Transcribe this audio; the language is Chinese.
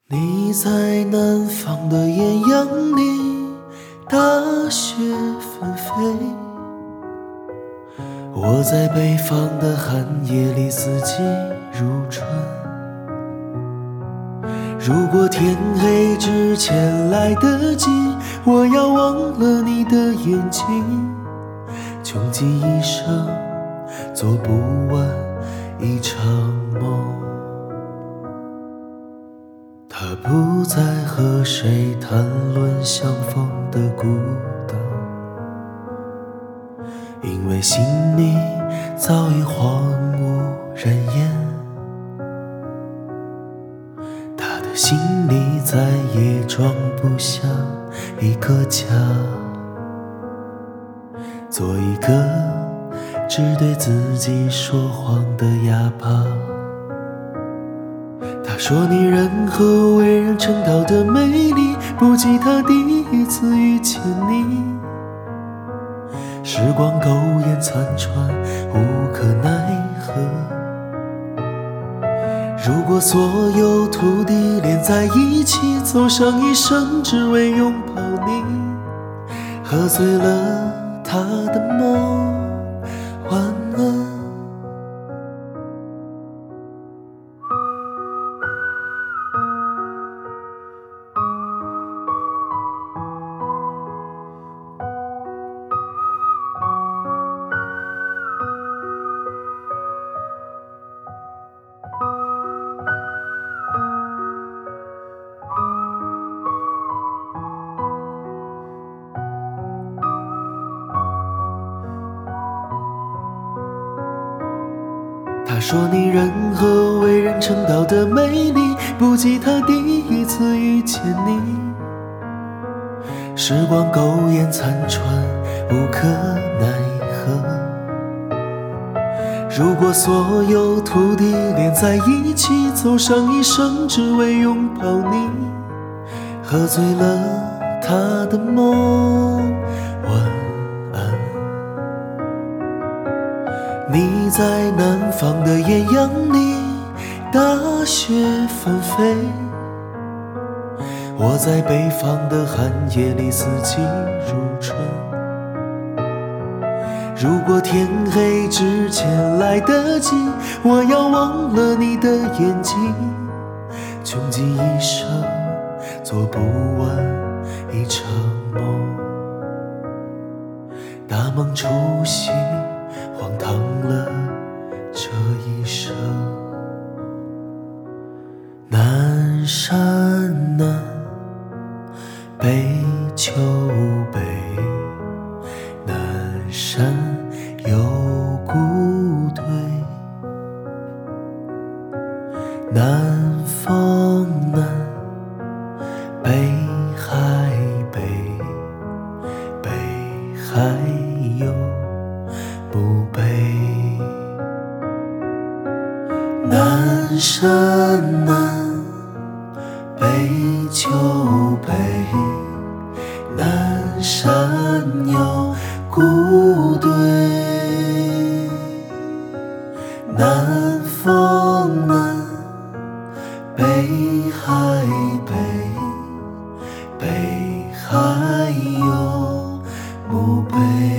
你在南方的艳阳里，大雪纷飞；我在北方的寒夜里，四季如春。如果天黑之前来得及，我要忘了你的眼睛，穷极一生做不完一场梦。他不再和谁谈论相逢的孤岛，因为心里早已荒无人烟。他的心里再也装不下一个家，做一个只对自己说谎的哑巴。他说你人和为人称道的美丽，不及他第一次遇见你。时光苟延残喘，无可奈何。如果所有土地连在一起，走上一生只为拥抱你，喝醉了他的梦，晚安。他说你人和为人称道的美丽，不及他第一次遇见你。时光苟延残喘，无可奈何。如果所有土地连在一起，走上一生只为拥抱你，喝醉了他的梦，晚安。你在南方的艳阳里，大雪纷飞；我在北方的寒夜里，四季如春。如果天黑之前来得及，我要忘了你的眼睛，穷极一生做不完一场梦。大梦初醒，荒唐了这一生。南山南，北秋北，南山有孤堆，南风南，北海北，北海有墓碑。南山南，北秋北，南山有孤堆，南风南，北海北，北海有墓碑。